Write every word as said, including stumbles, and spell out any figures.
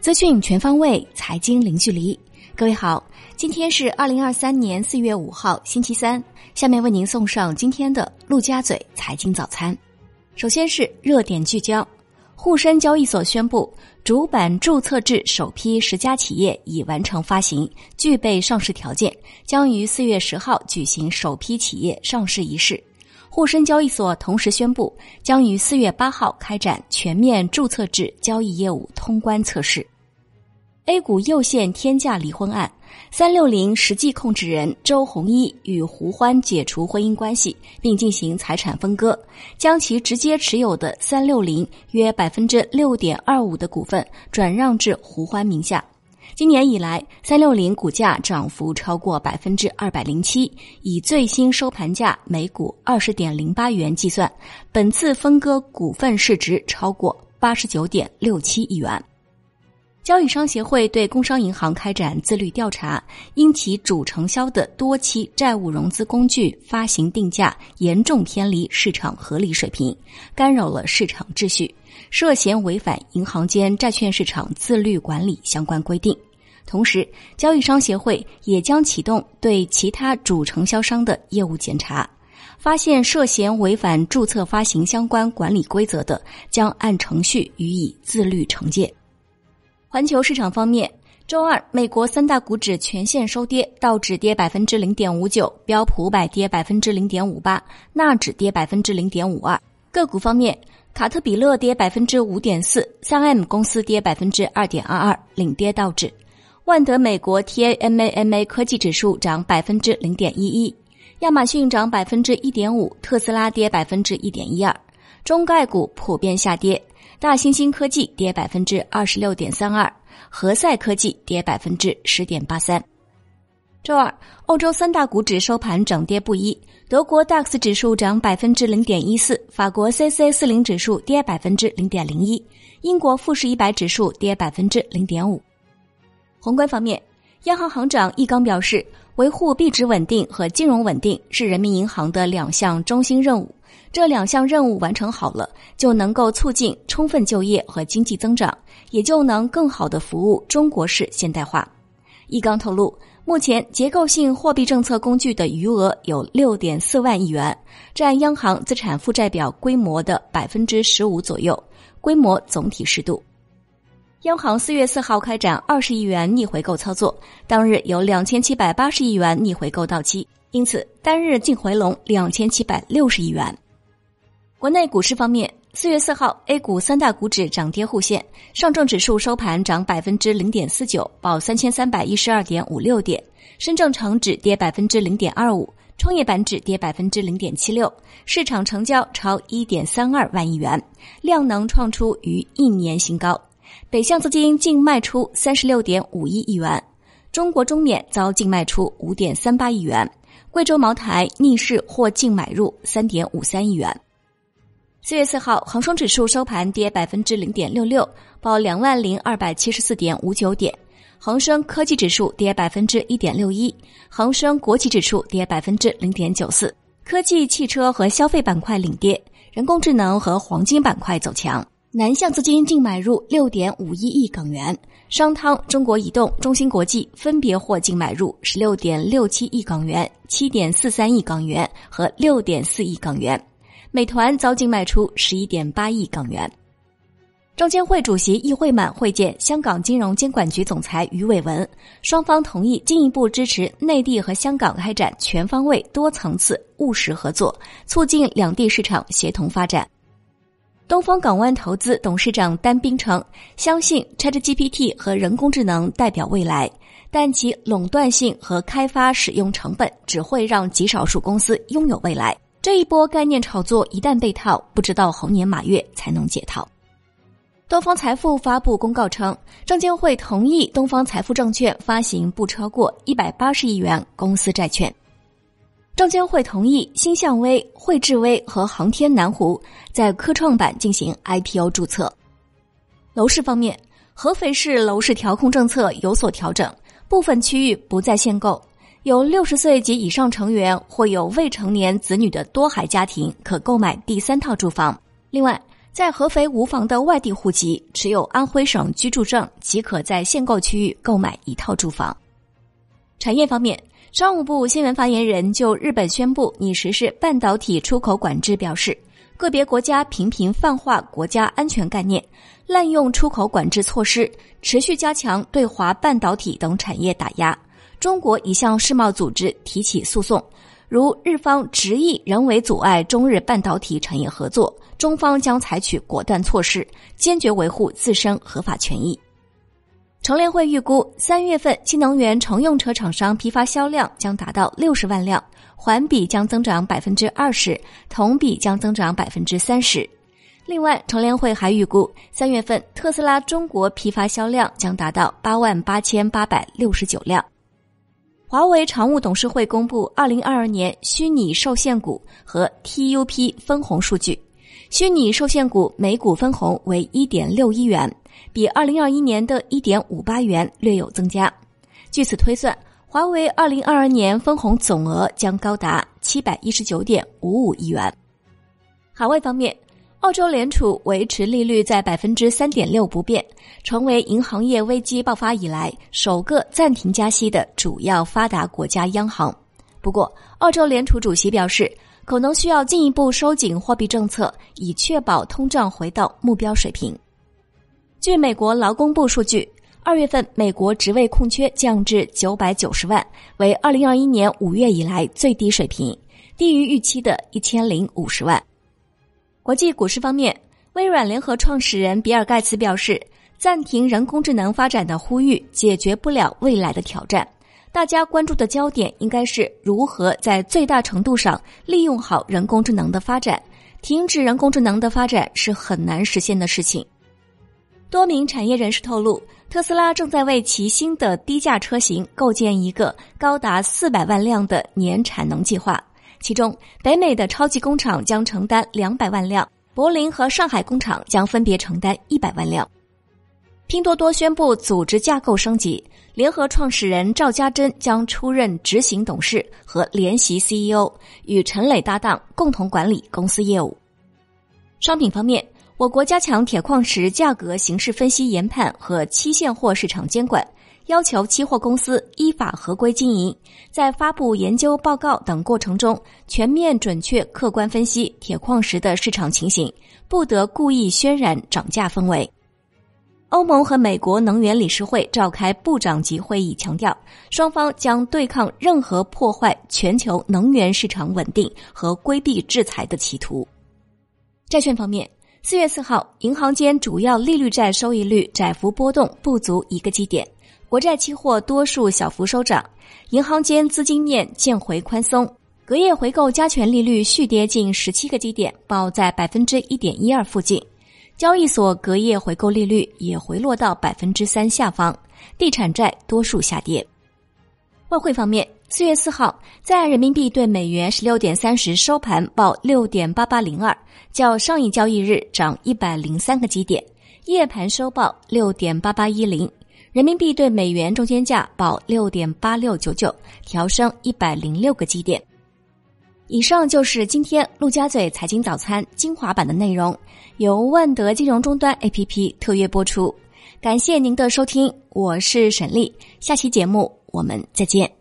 资讯全方位，财经零距离。各位好，今天是二零二三年四月五号星期三，下面为您送上今天的陆家嘴财经早餐。首先是热点聚焦，沪深交易所宣布主板注册制首批十家企业已完成发行，具备上市条件，将于四月十号举行首批企业上市仪式。沪深交易所同时宣布，将于四月八号开展全面注册制交易业务通关测试。A 股又现天价离婚案，三六零实际控制人周鸿祎与胡欢解除婚姻关系，并进行财产分割，将其直接持有的三六零约 百分之六点二五 的股份转让至胡欢名下。今年以来，三六零股价涨幅超过 百分之二百零七， 以最新收盘价每股 二十点零八元计算，本次分割股份市值超过 八十九点六七亿元。交易商协会对工商银行开展自律调查，因其主承销的多期债务融资工具发行定价严重偏离市场合理水平，干扰了市场秩序，涉嫌违反银行间债券市场自律管理相关规定。同时，交易商协会也将启动对其他主承销商的业务检查，发现涉嫌违反注册发行相关管理规则的，将按程序予以自律惩戒。环球市场方面，周二美国三大股指全线收跌，道指跌 百分之零点五九， 标普五百跌 百分之零点五八， 纳指跌 百分之零点五二。个股方面，卡特彼勒跌 百分之五点四， 三 M 公司跌 百分之二点二二， 领跌道指。万德美国 T A M A M A 科技指数涨 百分之零点一一， 亚马逊涨 百分之一点五， 特斯拉跌 百分之一点一二。中概股普遍下跌，大新兴科技跌 百分之二十六点三二， 和赛科技跌 百分之十点八三。周二，欧洲三大股指收盘涨跌不一，德国 D A X 指数涨 百分之零点一四， 法国 C C 四十 指数跌 百分之零点零一， 英国富时一百指数跌 百分之零点五。宏观方面，央行行长易纲表示，维护币值稳定和金融稳定是人民银行的两项中心任务，这两项任务完成好了，就能够促进充分就业和经济增长，也就能更好地服务中国式现代化。易纲透露，目前结构性货币政策工具的余额有 六点四万亿元，占央行资产负债表规模的 百分之十五 左右，规模总体适度。央行四月四号开展二十亿元逆回购操作，当日有两千七百八十亿元逆回购到期，因此单日净回笼两千七百六十亿元。国内股市方面，四月四号 A 股三大股指涨跌互现，上证指数收盘涨 百分之零点四九， 报 三千三百一十二点五六 点，深证成指跌 百分之零点二五， 创业板指跌 百分之零点七六， 市场成交超 一点三二万亿元，量能创出逾一年新高。北向资金净卖出 三十六点五一亿元，中国中免遭净卖出 五点三八亿元，贵州茅台逆势获净买入 三点五三亿元。四月四号，恒生指数收盘跌 百分之零点六六， 报 两万零二百七十四点五九 点。恒生科技指数跌 百分之一点六一， 恒生国企指数跌 百分之零点九四。科技、汽车和消费板块领跌，人工智能和黄金板块走强。南向资金净买入 六点五一亿港元，商汤、中国移动、中芯国际分别获净买入 十六点六七亿港元、七点四三亿港元和 六点四亿港元。美团遭净卖出 十一点八亿港元。证监会主席易会满会见香港金融监管局总裁余伟文，双方同意进一步支持内地和香港开展全方位多层次务实合作，促进两地市场协同发展。东方港湾投资董事长丹斌称，相信 ChatGPT 和人工智能代表未来，但其垄断性和开发使用成本只会让极少数公司拥有未来。这一波概念炒作一旦被套，不知道猴年马月才能解套。东方财富发布公告称，证监会同意东方财富证券发行不超过一百八十亿元公司债券。证监会同意新向威、汇智威和航天南湖在科创板进行 I P O 注册。楼市方面，合肥市楼市调控政策有所调整，部分区域不再限购，有六十岁及以上成员或有未成年子女的多孩家庭可购买第三套住房。另外， 在合肥无房的外地户籍，持有安徽省居住证即可在限购区域购买一套住房。产业方面，商务部新闻发言人就日本宣布拟实施半导体出口管制表示，个别国家频频泛化国家安全概念，滥用出口管制措施，持续加强对华半导体等产业打压。中国已向世贸组织提起诉讼，如日方执意人为阻碍中日半导体产业合作，中方将采取果断措施，坚决维护自身合法权益。乘联会预估，三月份新能源乘用车厂商批发销量将达到六十万辆，环比将增长 百分之二十， 同比将增长 百分之三十。另外，乘联会还预估，三月份特斯拉中国批发销量将达到八万八千八百六十九辆。华为常务董事会公布二零二二年虚拟受限股和 T U P 分红数据，虚拟受限股每股分红为 一点六一元，比二零二一年的 一点五八元略有增加。据此推算，华为二零二二年分红总额将高达 七百一十九点五五亿元。海外方面，澳洲联储维持利率在 百分之三点六 不变，成为银行业危机爆发以来首个暂停加息的主要发达国家央行。不过，澳洲联储主席表示，可能需要进一步收紧货币政策，以确保通胀回到目标水平。据美国劳工部数据，二月份美国职位空缺降至九百九十万，为二零二一年五月以来最低水平，低于预期的一千零五十万。国际股市方面，微软联合创始人比尔盖茨表示，暂停人工智能发展的呼吁解决不了未来的挑战，大家关注的焦点应该是如何在最大程度上利用好人工智能的发展，停止人工智能的发展是很难实现的事情。多名产业人士透露，特斯拉正在为其新的低价车型构建一个高达四百万辆的年产能计划，其中北美的超级工厂将承担两百万辆，柏林和上海工厂将分别承担一百万辆。拼多多宣布组织架构升级，联合创始人赵家珍将出任执行董事和联席 C E O， 与陈磊搭档共同管理公司业务。商品方面，我国加强铁矿石价格形势分析研判和期现货市场监管，要求期货公司依法合规经营，在发布研究报告等过程中，全面准确客观分析铁矿石的市场情形，不得故意渲染涨价氛围。欧盟和美国能源理事会召开部长级会议，强调双方将对抗任何破坏全球能源市场稳定和规避制裁的企图。债券方面，四月四号，银行间主要利率债收益率窄幅波动不足一个基点，国债期货多数小幅收涨，银行间资金面渐回宽松，隔夜回购加权利率续跌近十七个基点，报在 百分之一点一二 附近。交易所隔夜回购利率也回落到 百分之三 下方，地产债多数下跌。外汇方面，四月四号，在岸人民币对美元 十六点三十 收盘报 六点八八零二， 较上一交易日涨一百零三个基点，夜盘收报 六点八八一零， 人民币对美元中间价报 六点八六九九， 调升一百零六个基点。以上就是今天陆家嘴财经早餐精华版的内容，由万德金融终端 A P P 特约播出。感谢您的收听，我是沈丽，下期节目我们再见。